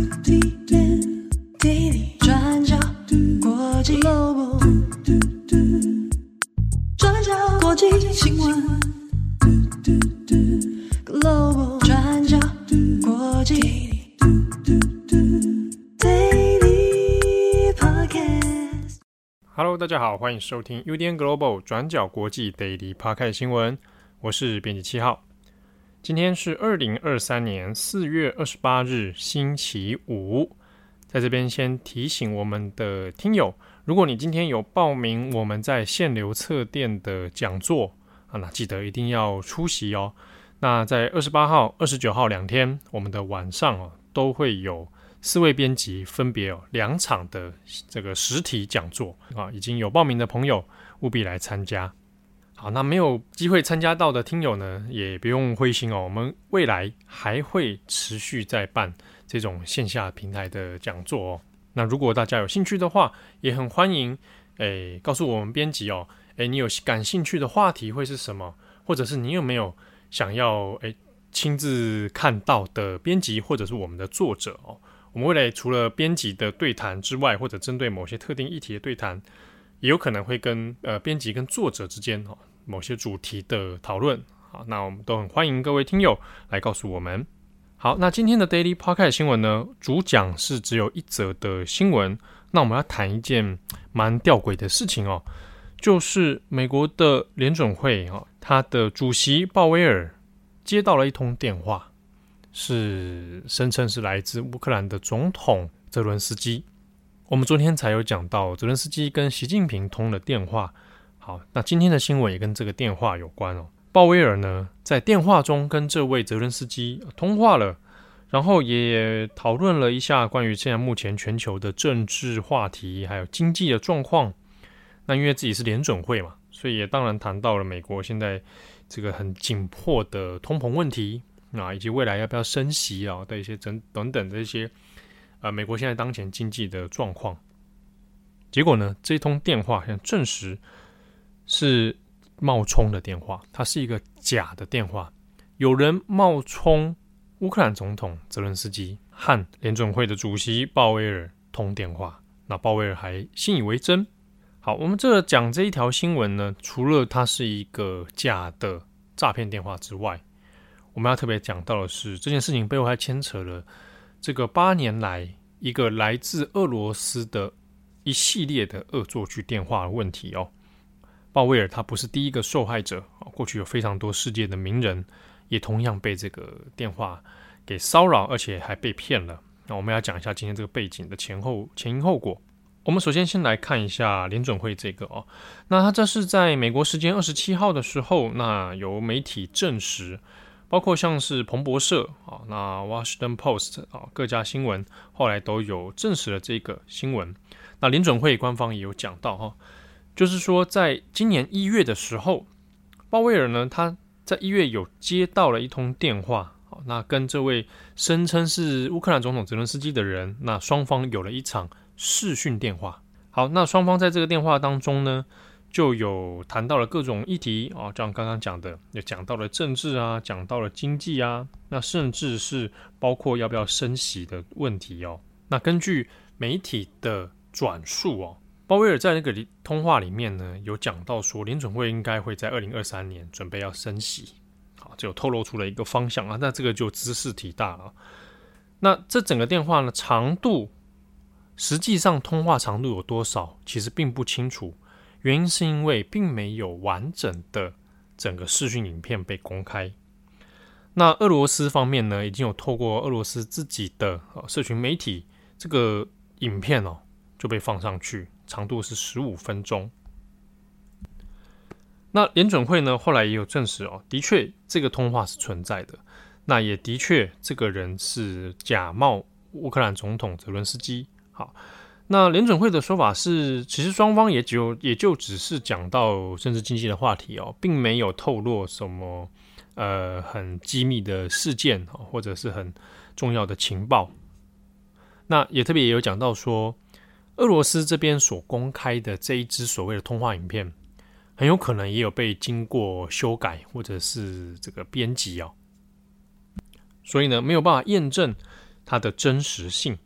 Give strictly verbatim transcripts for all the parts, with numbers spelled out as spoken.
转角国际 Global 转角国际新闻 Global 转角国际 Daily Podcast。 Hello， 大家好，欢迎收听 U D N Global 转角国际 Daily Podcast 新闻，我是编辑七号。今天是二零二三年四月二十八日，星期五。在这边先提醒我们的听友，如果你今天有报名我们在限流测电的讲座啊，那记得一定要出席哦。那在二十八号、二十九号两天，我们的晚上哦都会有四位编辑分别有两场的这个实体讲座啊，已经有报名的朋友务必来参加。好，那没有机会参加到的听友呢，也不用灰心哦，我们未来还会持续再办这种线下平台的讲座哦。那如果大家有兴趣的话，也很欢迎诶告诉我们编辑哦，诶你有感兴趣的话题会是什么，或者是你有没有想要诶亲自看到的编辑或者是我们的作者哦。我们未来除了编辑的对谈之外，或者针对某些特定议题的对谈，也有可能会跟呃编辑跟作者之间、哦、某些主题的讨论。好，那我们都很欢迎各位听友来告诉我们。好，那今天的 Daily Podcast 新闻呢，主讲是只有一则的新闻。那我们要谈一件蛮吊诡的事情哦，就是美国的联准会哦，他的主席鲍威尔接到了一通电话，是声称是来自乌克兰的总统泽伦斯基。我们昨天才有讲到泽伦斯基跟习近平通了电话。好，那今天的新闻也跟这个电话有关哦。鲍威尔呢，在电话中跟这位泽伦斯基通话了，然后也讨论了一下关于现在目前全球的政治话题，还有经济的状况。那因为自己是联准会嘛，所以也当然谈到了美国现在这个很紧迫的通膨问题啊，以及未来要不要升息啊的一些等等的一些呃美国现在当前经济的状况。结果呢，这一通电话现在证实是冒充的电话，它是一个假的电话，有人冒充乌克兰总统泽伦斯基和联准会的主席鲍威尔通电话，那鲍威尔还信以为真。好，我们这讲这一条新闻呢，除了它是一个假的诈骗电话之外，我们要特别讲到的是，这件事情背后还牵扯了这个八年来一个来自俄罗斯的一系列的恶作剧电话的问题哦。鲍威尔他不是第一个受害者，过去有非常多世界的名人也同样被这个电话给骚扰，而且还被骗了。那我们要讲一下今天这个背景的前后前因后果。我们首先先来看一下联准会这个哦，那他这是在美国时间二十七号的时候，那由媒体证实，包括像是彭博社啊、那 Washington Post 啊各家新闻后来都有证实了这个新闻。那联准会官方也有讲到哈。就是说，在今年一月的时候，鲍威尔呢，他在一月有接到了一通电话，那跟这位声称是乌克兰总统泽伦斯基的人，那双方有了一场视讯电话。好，那双方在这个电话当中呢，就有谈到了各种议题啊，就像刚刚讲的，也讲到了政治啊，讲到了经济啊，那甚至是包括要不要升息的问题哦。那根据媒体的转述哦。鲍威尔在那个通话里面呢，有讲到说联准会应该会在二零二三年准备要升息，好，就透露出了一个方向啊。那这个就知识体大了。那这整个电话呢，长度实际上通话长度有多少，其实并不清楚。原因是因为并没有完整的整个视讯影片被公开。那俄罗斯方面呢，已经有透过俄罗斯自己的社群媒体，这个影片哦就被放上去。长度是十五分钟。那联准会呢，后来也有证实哦，的确这个通话是存在的。那也的确，这个人是假冒乌克兰总统泽伦斯基。好，那联准会的说法是，其实双方也就也就只是讲到政治经济的话题哦，并没有透露什么呃很机密的事件或者是很重要的情报。那也特别也有讲到说，俄罗斯这边所公开的这一支所谓的通话影片，很有可能也有被经过修改或者是这个编辑哦，所以呢没有办法验证它的真实性。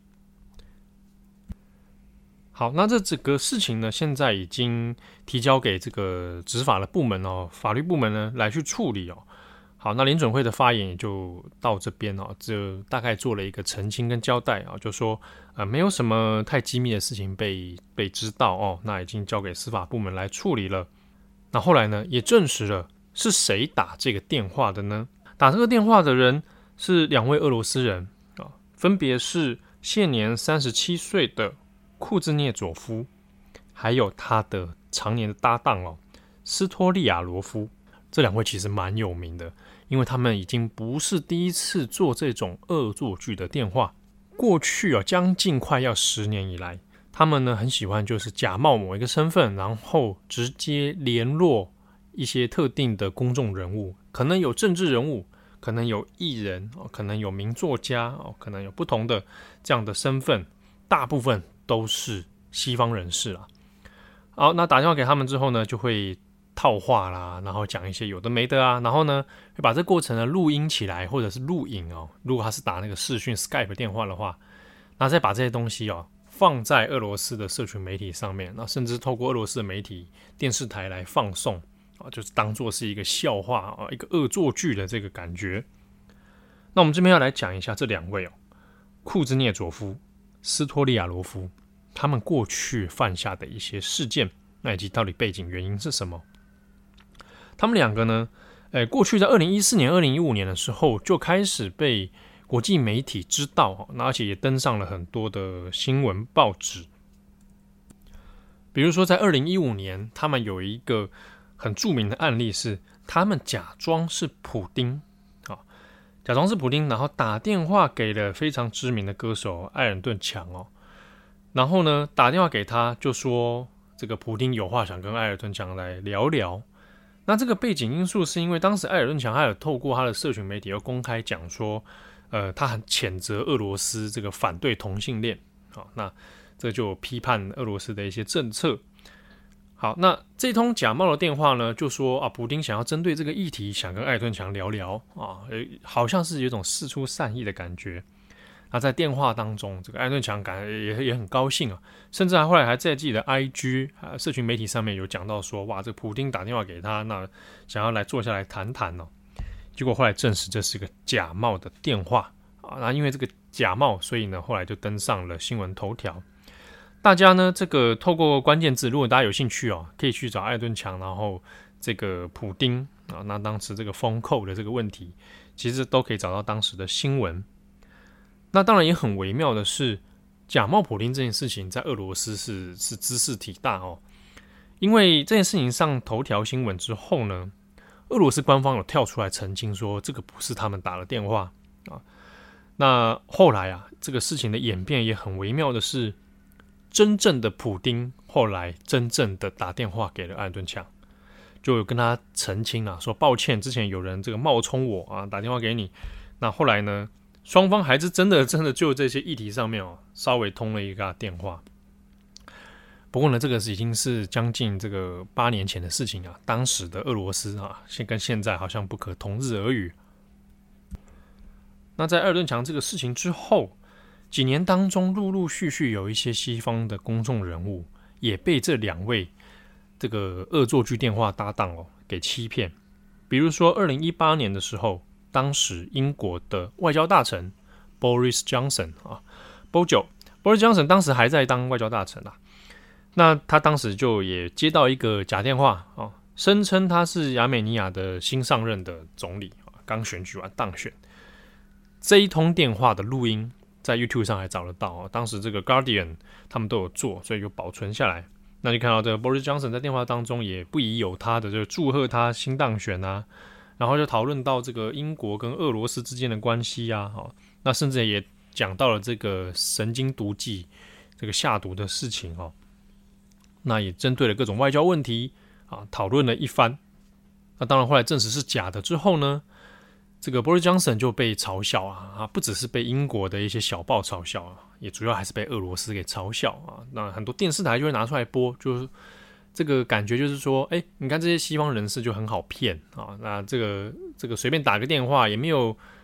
好，那这整个事情呢，现在已经提交给这个执法的部门哦，法律部门呢来去处理哦。好，那联准会的发言也就到这边哦，就大概做了一个澄清跟交代啊、哦，就说呃没有什么太机密的事情被被知道哦，那已经交给司法部门来处理了。那后来呢，也证实了是谁打这个电话的呢？打这个电话的人是两位俄罗斯人啊、哦，分别是现年三十七岁的库兹涅佐夫，还有他的常年的搭档哦，斯托利亚罗夫。这两位其实蛮有名的，因为他们已经不是第一次做这种恶作剧的电话。过去啊，将近快要十年以来，他们呢很喜欢就是假冒某一个身份，然后直接联络一些特定的公众人物，可能有政治人物，可能有艺人，可能有名作家，可能有不同的这样的身份，大部分都是西方人士啦。好，那打电话给他们之后呢，就会套话啦，然后讲一些有的没的啊，然后呢会把这过程呢录音起来，或者是录影哦。如果他是打那个视讯 Skype 电话的话，那再把这些东西哦放在俄罗斯的社群媒体上面，那甚至透过俄罗斯的媒体电视台来放送啊，就是当作是一个笑话啊，一个恶作剧的这个感觉。那我们这边要来讲一下这两位哦，库兹涅佐夫、斯托利亚罗夫，他们过去犯下的一些事件，那以及到底背景原因是什么？他们两个呢，呃，过去在二零一四年、二零一五年的时候就开始被国际媒体知道，那而且也登上了很多的新闻报纸。比如说，在二零一五年，他们有一个很著名的案例是，他们假装是普丁，啊，假装是普丁，然后打电话给了非常知名的歌手艾尔顿强哦，然后呢，打电话给他就说，这个普丁有话想跟艾尔顿强来聊聊。那这个背景因素是因为当时艾尔顿强还有透过他的社群媒体要公开讲说，呃，他很谴责俄罗斯这个反对同性恋，好，那这就批判俄罗斯的一些政策。好，那这通假冒的电话呢，就说啊，普丁想要针对这个议题，想跟艾尔顿强聊聊啊，好像是有一种释出善意的感觉。那在电话当中，这个艾顿强感也也很高兴啊，甚至还后来还在自己的 I G 啊社群媒体上面有讲到说，哇，这个普丁打电话给他，那想要来坐下来谈谈哦。结果后来证实这是个假冒的电话啊，那因为这个假冒，所以呢后来就登上了新闻头条。大家呢这个透过关键字，如果大家有兴趣哦，可以去找艾顿强，然后这个普丁啊，那当时这个封扣的这个问题，其实都可以找到当时的新闻。那当然也很微妙的是，假冒普丁这件事情在俄罗斯是是茲事體大哦，因为这件事情上头条新闻之后呢，俄罗斯官方有跳出来澄清说，这个不是他们打的电话啊。那后来啊，这个事情的演变也很微妙的是，真正的普丁后来真正的打电话给了艾顿强，就有跟他澄清啊，说抱歉，之前有人这个冒充我啊，打电话给你。那后来呢？双方还是真的真的就这些议题上面哦，稍微通了一个电话。不过呢，这个已经是将近这个八年前的事情啊。当时的俄罗斯啊，现跟现在好像不可同日而语。那在艾尔顿强这个事情之后，几年当中，陆陆续续有一些西方的公众人物也被这两位这个恶作剧电话搭档哦给欺骗。比如说，二零一八年的时候。当时英国的外交大臣 Boris Johnson 啊 ，Bojo Boris Johnson 当时还在当外交大臣啊。那他当时就也接到一个假电话啊，声称他是亚美尼亚的新上任的总理啊，刚选举完当选。这一通电话的录音在 YouTube 上还找得到啊，当时这个 Guardian 他们都有做，所以有保存下来。那就看到这个 Boris Johnson 在电话当中也不疑有他的，就祝贺他新当选啊。然后就讨论到这个英国跟俄罗斯之间的关系啊，哦，那甚至也讲到了这个神经毒剂这个下毒的事情哦，那也针对了各种外交问题啊讨论了一番。那当然后来证实是假的之后呢，这个 Boris Johnson 就被嘲笑啊，啊不只是被英国的一些小报嘲笑啊，也主要还是被俄罗斯给嘲笑啊。那很多电视台就会拿出来播，就是。这个感觉就是说，哎，你看这些西方人士就很好骗啊，那这个这个随便打个电话，也没有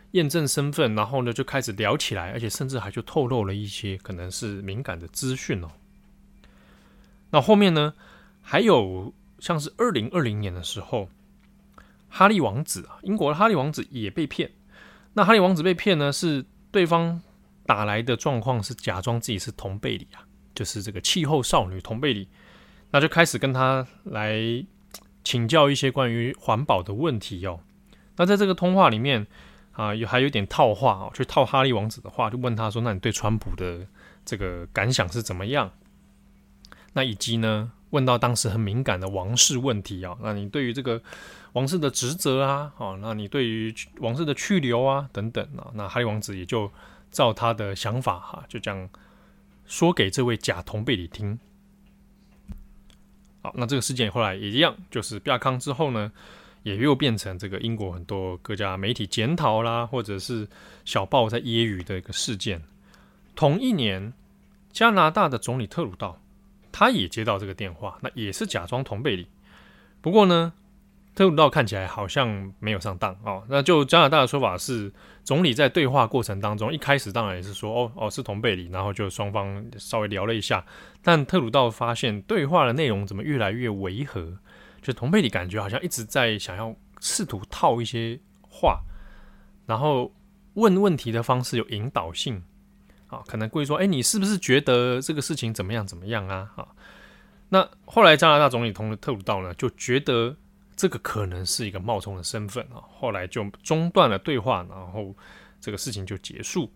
验证身份，然后呢就开始聊起来，而且甚至还就透露了一些可能是敏感的资讯哦。那后面呢，还有像是二零二零年的时候，哈利王子啊，英国的哈利王子也被骗。那哈利王子被骗呢，是对方打来的状况是假装自己是童贝里啊，就是这个气候少女童贝里，那就开始跟他来请教一些关于环保的问题哦。那在这个通话里面啊，有还有点套话哦，去套哈利王子的话，就问他说：“那你对川普的这个感想是怎么样？”那以及呢，问到当时很敏感的王室问题啊，那你对于这个王室的职责啊，哦，那你对于王室的去留啊等等啊，那哈利王子也就照他的想法哈、啊，就这样说给这位假童贝里听。好，那这个事件后来也一样，就是亚康之后呢，也又变成这个英国很多各家媒体检讨啦，或者是小报在揶揄的一个事件。同一年，加拿大的总理特鲁道他也接到这个电话，那也是假装童贝里。不过呢，特鲁道看起来好像没有上当哦。那就加拿大的说法是，总理在对话过程当中，一开始当然也是说哦哦是童贝里，然后就双方稍微聊了一下。但特鲁道发现对话的内容怎么越来越违和，就童贝里感觉好像一直在想要试图套一些话，然后问问题的方式有引导性。啊，可能故意说，哎，你是不是觉得这个事情怎么样怎么样啊？啊，那后来加拿大总理同特鲁道呢，就觉得这个可能是一个冒充的身份啊，后来就中断了对话，然后这个事情就结束。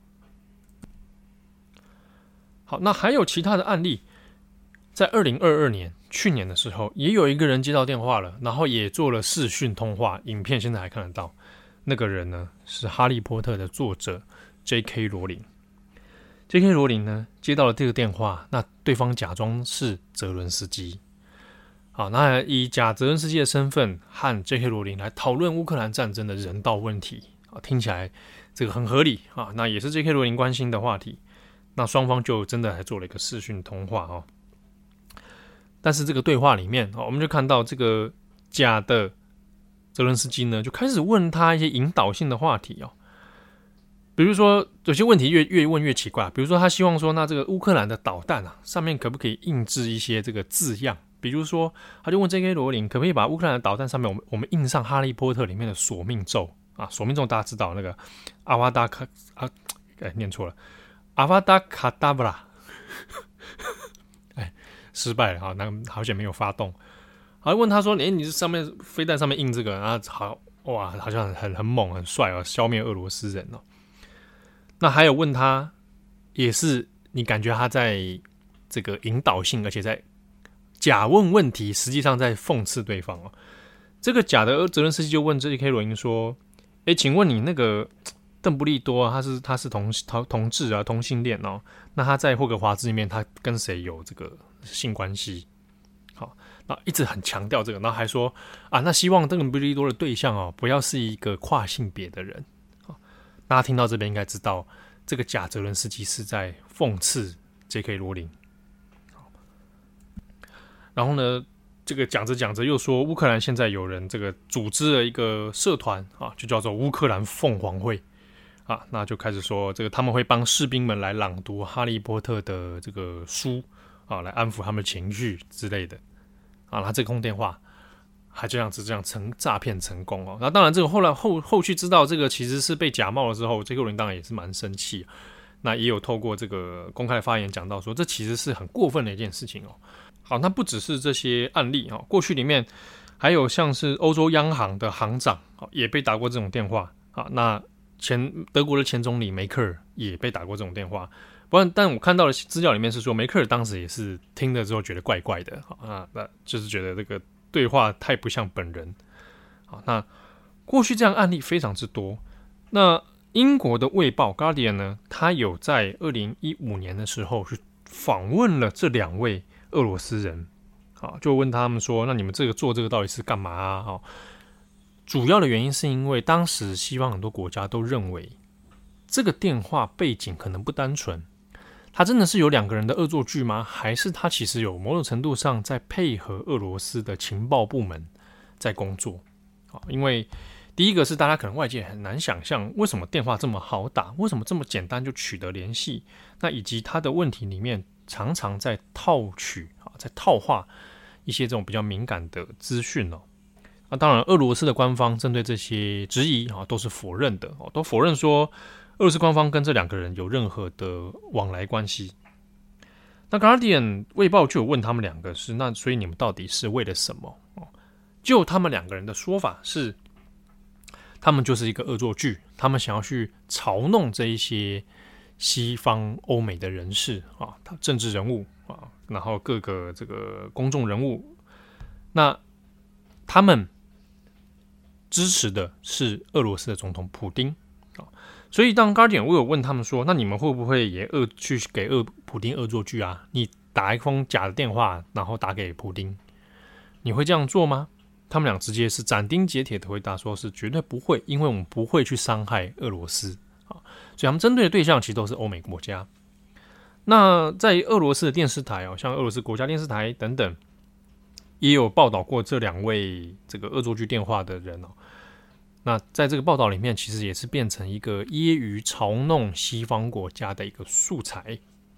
好，那还有其他的案例，在二零二二年去年的时候，也有一个人接到电话了，然后也做了视讯通话，影片现在还看得到。那个人呢是《哈利波特》的作者 J K 罗琳。J K 罗琳呢接到了这个电话，那对方假装是泽伦斯基，好，那以假泽伦斯基的身份和 J K 罗琳来讨论乌克兰战争的人道问题，啊，听起来这个很合理啊，那也是 J K 罗琳关心的话题，那双方就真的还做了一个视讯通话哦。但是这个对话里面，我们就看到这个假的泽伦斯基呢，就开始问他一些引导性的话题哦。比如说，有些问题越越问越奇怪。比如说，他希望说，那这个乌克兰的导弹啊，上面可不可以印制一些这个字样？比如说，他就问 J K 罗琳，可不可以把乌克兰的导弹上面我们我们印上《哈利波特》里面的索命咒啊？索命咒大家知道那个阿瓦达卡啊，哎，念错了，阿瓦达卡达布拉，哎，失败了哈，那好险没有发动。好，问他说，哎，你这上面飞弹上面印这个啊，好哇，好像很很很猛很帅哦，消灭俄罗斯人哦。那还有问他，也是你感觉他在这个引导性，而且在假问问题，实际上在讽刺对方哦。这个假的泽伦斯基就问 J K 罗琳说：“哎，请问你那个邓布利多啊，他是他是同同志啊，同性恋哦？那他在霍格华兹里面，他跟谁有这个性关系？好，那一直很强调这个，然后还说啊，那希望邓布利多的对象哦，不要是一个跨性别的人。”大家听到这边应该知道，这个假泽伦斯基是在讽刺 J K 罗琳。然后呢，这个讲着讲着又说，乌克兰现在有人这个组织了一个社团啊，就叫做乌克兰凤凰会啊，那就开始说这个他们会帮士兵们来朗读《哈利波特》的这个书啊，来安抚他们的情绪之类的啊。他这个通电话。还这样子这样成诈骗成功哦，那当然这个后来后后续知道这个其实是被假冒了之后，J K 罗琳当然也是蛮生气，那也有透过这个公开的发言讲到说，这其实是很过分的一件事情哦。好，那不只是这些案例哦，过去里面还有像是欧洲央行的行长也被打过这种电话啊，那前德国的前总理梅克尔也被打过这种电话。不然，但我看到的资料里面是说，梅克尔当时也是听了之后觉得怪怪的啊，那就是觉得这个。对话太不像本人，好，那过去这样案例非常之多。那英国的卫报 Guardian 呢，他有在二零一五年的时候去访问了这两位俄罗斯人，好，就问他们说，那你们这个做这个到底是干嘛啊？好，主要的原因是因为当时西方很多国家都认为这个电话背景可能不单纯。他真的是有两个人的恶作剧吗？还是他其实有某种程度上在配合俄罗斯的情报部门在工作？因为第一个是大家可能外界很难想象，为什么电话这么好打，为什么这么简单就取得联系，那以及它的问题里面常常在套取在套话一些这种比较敏感的资讯哦。那当然，俄罗斯的官方针对这些质疑啊，都是否认的哦，都否认说俄罗斯官方跟这两个人有任何的往来关系。那 Guardian 卫报就有问他们两个是，那所以你们到底是为了什么？哦，就他们两个人的说法是，他们就是一个恶作剧，他们想要去嘲弄这一些西方欧美的人士啊，政治人物啊，然后各个这个公众人物，那他们支持的是俄罗斯的总统普丁啊，所以当 Guardian 我有问他们说，那你们会不会也恶去给恶普丁恶作剧啊？你打一封假的电话，然后打给普丁，你会这样做吗？他们俩直接是斩钉截铁的回答说是绝对不会，因为我们不会去伤害俄罗斯啊，所以他们针对的对象其实都是欧美国家。那在俄罗斯的电视台哦，像俄罗斯国家电视台等等，也有报道过这两位这个恶作剧电话的人哦。那在这个报道里面，其实也是变成一个揶揄嘲弄西方国家的一个素材。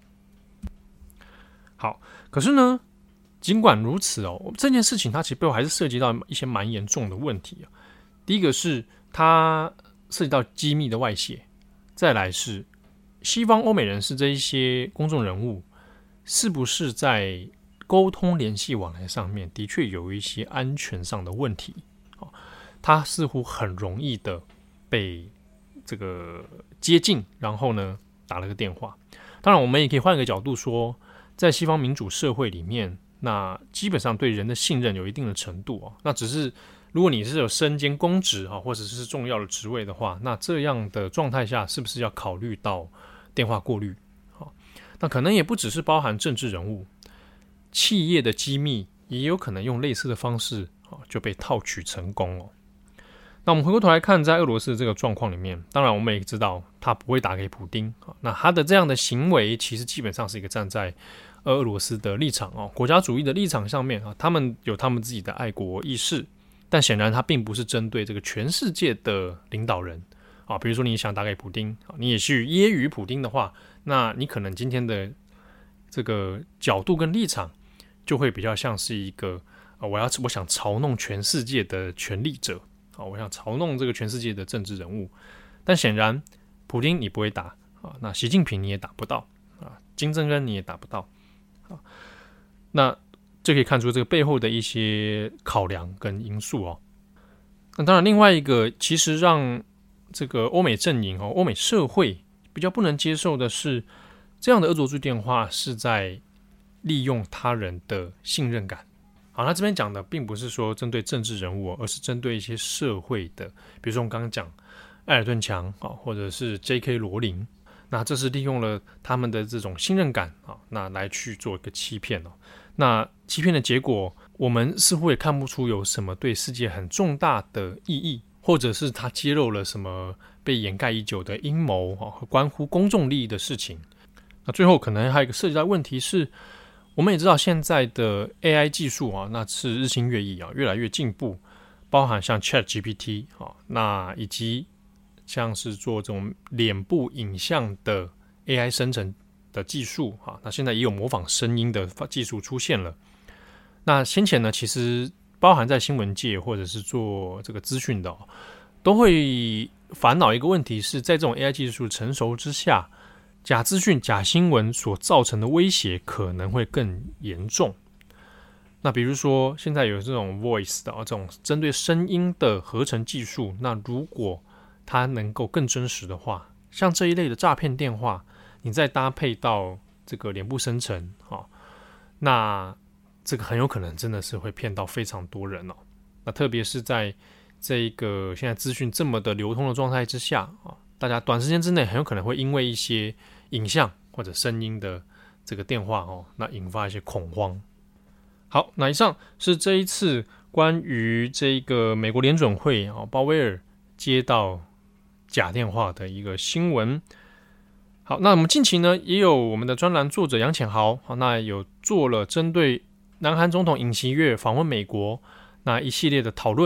好，可是呢，尽管如此哦，这件事情它其实背后还是涉及到一些蛮严重的问题啊。第一个是它涉及到机密的外泄，再来是西方欧美人士这一些公众人物，是不是在沟通联系往来上面的确有一些安全上的问题？他似乎很容易的被这个接近，然后呢打了个电话。当然，我们也可以换一个角度说，在西方民主社会里面，那基本上对人的信任有一定的程度哦。那只是如果你是有身兼公职啊，或者是重要的职位的话，那这样的状态下，是不是要考虑到电话过滤？好，那可能也不只是包含政治人物，企业的机密也有可能用类似的方式就被套取成功哦。那我们回过头来看，在俄罗斯的这个状况里面，当然我们也知道他不会打给普丁，那他的这样的行为其实基本上是一个站在俄罗斯的立场哦，国家主义的立场上面啊，他们有他们自己的爱国意识，但显然他并不是针对这个全世界的领导人啊。比如说你想打给普丁，你也去揶揄普丁的话，那你可能今天的这个角度跟立场就会比较像是一个啊，我要我想嘲弄全世界的权力者。好，我想嘲弄这个全世界的政治人物，但显然普丁你不会打啊，那习近平你也打不到啊，金正恩你也打不到啊，那这可以看出这个背后的一些考量跟因素哦。那当然，另外一个其实让这个欧美阵营哦、欧美社会比较不能接受的是，这样的恶作剧电话是在利用他人的信任感。好，那这边讲的并不是说针对政治人物，而是针对一些社会的，比如说我们刚刚讲艾尔顿强或者是 J K 罗琳，那这是利用了他们的这种信任感啊，那来去做一个欺骗哦。那欺骗的结果，我们似乎也看不出有什么对世界很重大的意义，或者是他揭露了什么被掩盖已久的阴谋和关乎公众利益的事情。那最后可能还有一个涉及到的问题是，我们也知道现在的 A I 技术啊，那是日新月异啊，越来越进步，包含像 Chat G P T 啊，那以及像是做这种脸部影像的 A I 生成的技术啊，那现在也有模仿声音的技术出现了。那先前呢，其实包含在新闻界或者是做这个资讯的、哦，都会烦恼一个问题是，在这种 A I 技术成熟之下，假资讯、假新闻所造成的威胁可能会更严重。那比如说，现在有这种 voice 的、哦、这种针对声音的合成技术，那如果它能够更真实的话，像这一类的诈骗电话，你再搭配到这个脸部生成、哦、那这个很有可能真的是会骗到非常多人哦。那特别是在这一个现在资讯这么的流通的状态之下、哦、大家短时间之内很有可能会因为一些影像或者声音的这个电话哦，那引发一些恐慌。好，那以上是这一次关于这个美国联准会哦，鲍威尔接到假电话的一个新闻。好，那我们近期呢也有我们的专栏作者杨浅豪，那有做了针对南韩总统尹锡悦访问美国那一系列的讨论，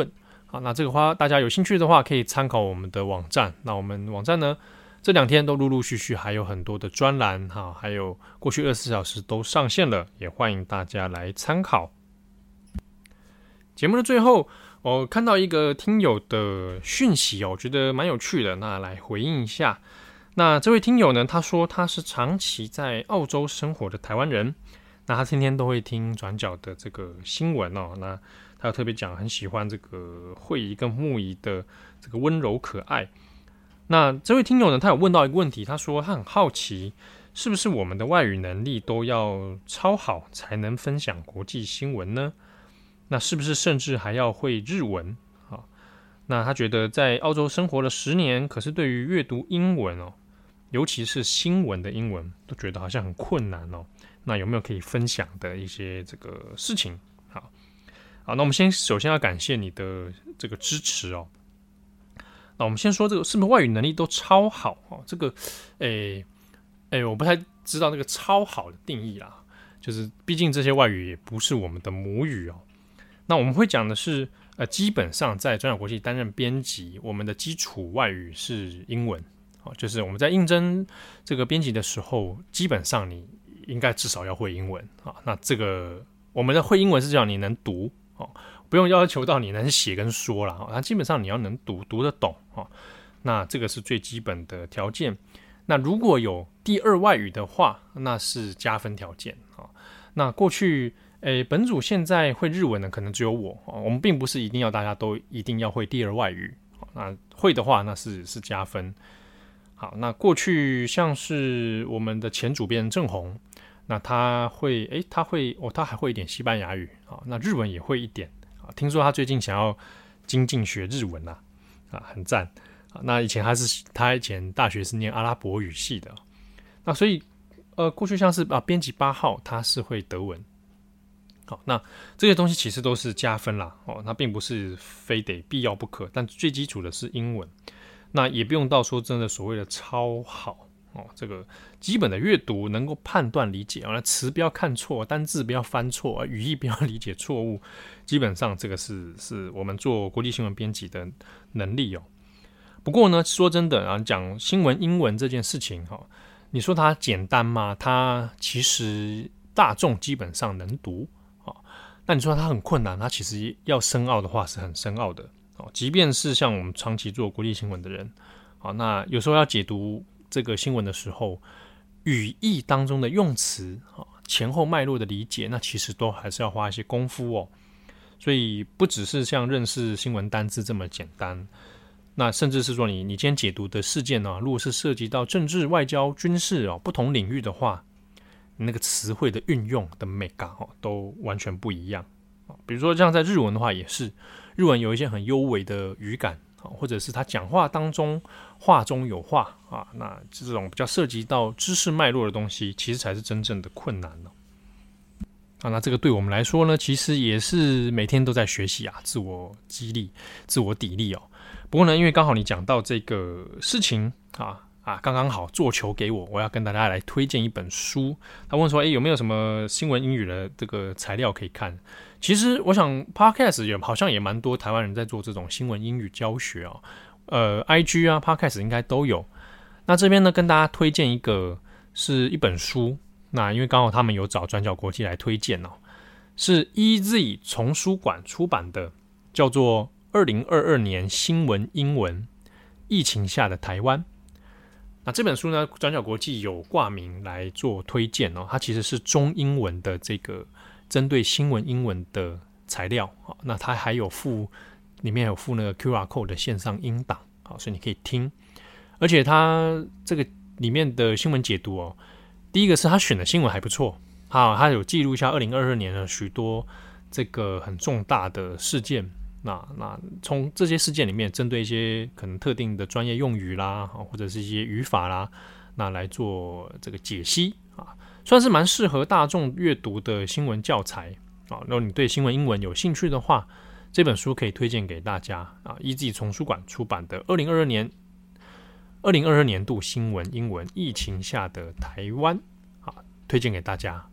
好，那这个话大家有兴趣的话，可以参考我们的网站。那我们网站呢，这两天都陆陆续续还有很多的专栏哈，还有过去二十四小时都上线了，也欢迎大家来参考。节目的最后，我看到一个听友的讯息哦，我觉得蛮有趣的，那来回应一下。那这位听友呢，他说他是长期在澳洲生活的台湾人，那他天天都会听转角的这个新闻哦，那他有特别讲很喜欢这个慧仪跟木仪的这个温柔可爱。那这位听友呢，他有问到一个问题，他说他很好奇，是不是我们的外语能力都要超好才能分享国际新闻呢？那是不是甚至还要会日文啊？那他觉得在澳洲生活了十年，可是对于阅读英文哦，尤其是新闻的英文，都觉得好像很困难哦。那有没有可以分享的一些这个事情？好，好，那我们先首先要感谢你的这个支持哦。那我们先说这个是不是外语能力都超好哦？这个，诶诶，我不太知道那个超好的定义啦。就是毕竟这些外语也不是我们的母语哦。那我们会讲的是，呃，基本上在转角国际担任编辑，我们的基础外语是英文，哦，就是我们在应征这个编辑的时候，基本上你应该至少要会英文啊。那这个我们的会英文是讲你能读哦，不用要求到你能写跟说啦，那基本上你要能读，读得懂哦。那这个是最基本的条件。那如果有第二外语的话，那是加分条件啊。那过去。诶，本组现在会日文的可能只有我，我们并不是一定要大家都一定要会第二外语，那会的话那是是加分。好，那过去像是我们的前主编郑红，那他会诶，他会哦，他还会一点西班牙语，好，那日文也会一点，听说他最近想要精进学日文啦，啊，很赞。那以前他是他以前大学是念阿拉伯语系的，那所以呃，过去像是啊编辑八号他是会德文。好，那这些东西其实都是加分啦，哦，那并不是非得必要不可，但最基础的是英文，那也不用到说真的所谓的超好哦，这个基本的阅读能够判断理解，那词不要看错，单字不要翻错，语义不要理解错误，基本上这个是是我们做国际新闻编辑的能力哦。不过呢，说真的啊，讲新闻英文这件事情哈，你说它简单吗？它其实大众基本上能读。那你说它很困难，它其实要深奥的话是很深奥的哦。即便是像我们长期做国际新闻的人，好，那有时候要解读这个新闻的时候，语义当中的用词、前后脉络的理解，那其实都还是要花一些功夫哦。所以不只是像认识新闻单字这么简单，那甚至是说你你今天解读的事件呢、啊，如果是涉及到政治、外交、军事哦不同领域的话。那个词汇的运用的美感都完全不一样。比如说像在日文的话也是，日文有一些很优美的语感，或者是他讲话当中话中有话啊，那这种比较涉及到知识脉络的东西，其实才是真正的困难了。啊，那这个对我们来说呢，其实也是每天都在学习啊，自我激励、自我砥砺哦。不过呢，因为刚好你讲到这个事情啊。啊，刚刚好做球给我，我要跟大家来推荐一本书。他问说，诶，有没有什么新闻英语的这个材料可以看？其实我想 Podcast 也好像也蛮多台湾人在做这种新闻英语教学哦。呃 I G 啊 Podcast 应该都有。那这边呢跟大家推荐一个是一本书，那因为刚好他们有找转角国际来推荐哦，是 E Z 丛书馆出版的，叫做二零二二年新闻英文疫情下的台湾。那这本书呢，转角国际有挂名来做推荐哦，它其实是中英文的这个针对新闻英文的材料，那它还有附里面有附那个 Q R code 的线上音档，所以你可以听，而且它这个里面的新闻解读哦，第一个是他选的新闻还不错，啊，他有记录一下二零二二年的许多这个很重大的事件。那那从这些事件里面，针对一些可能特定的专业用语啦，或者是一些语法啦，那来做这个解析啊，算是蛮适合大众阅读的新闻教材啊。如果你对新闻英文有兴趣的话，这本书可以推荐给大家啊。E Z 丛书馆出版的二零二二年二零二二年度新闻英文疫情下的台湾啊，推荐给大家。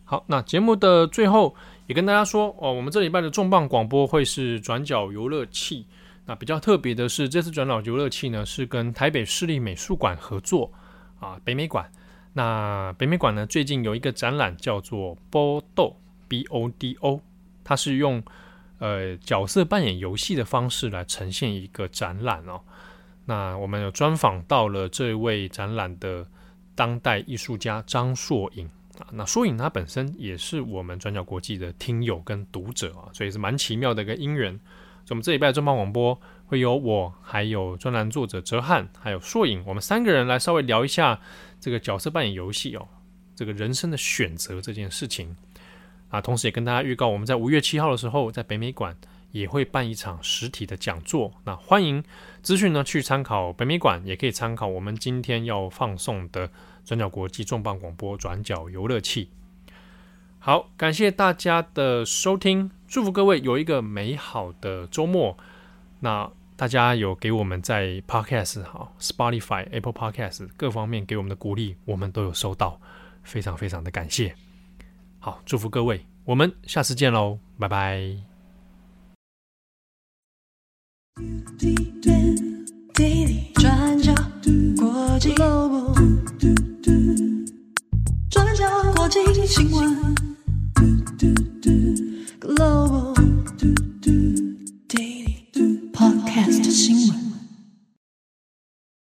好，那节目的最后也跟大家说哦，我们这礼拜的重磅广播会是转角游乐器。那比较特别的是，这次转角游乐器呢是跟台北市立美术馆合作啊，北美馆。那北美馆呢最近有一个展览叫做波豆 B O D O， 它是用呃角色扮演游戏的方式来呈现一个展览哦。那我们有专访到了这位展览的当代艺术家张硕颖啊，那硕颖他本身也是我们转角国际的听友跟读者啊，所以是蛮奇妙的一个因缘。所以我们这礼拜的重磅广播会有我，还有专栏作者哲翰，还有硕颖，我们三个人来稍微聊一下这个角色扮演游戏哦，这个人生的选择这件事情啊。同时也跟大家预告，我们在五月七号的时候，在北美馆也会办一场实体的讲座。那欢迎资讯呢去参考北美馆，也可以参考我们今天要放送的转角国际重磅广播转角游乐器。好，感谢大家的收听，祝福各位有一个美好的周末。那大家有给我们在 Podcast 好 Spotify、Apple Podcast 各方面给我们的鼓励，我们都有收到，非常非常的感谢。好，祝福各位，我们下次见喽，拜拜。 转角国际 Global， 转角国际新闻 Global。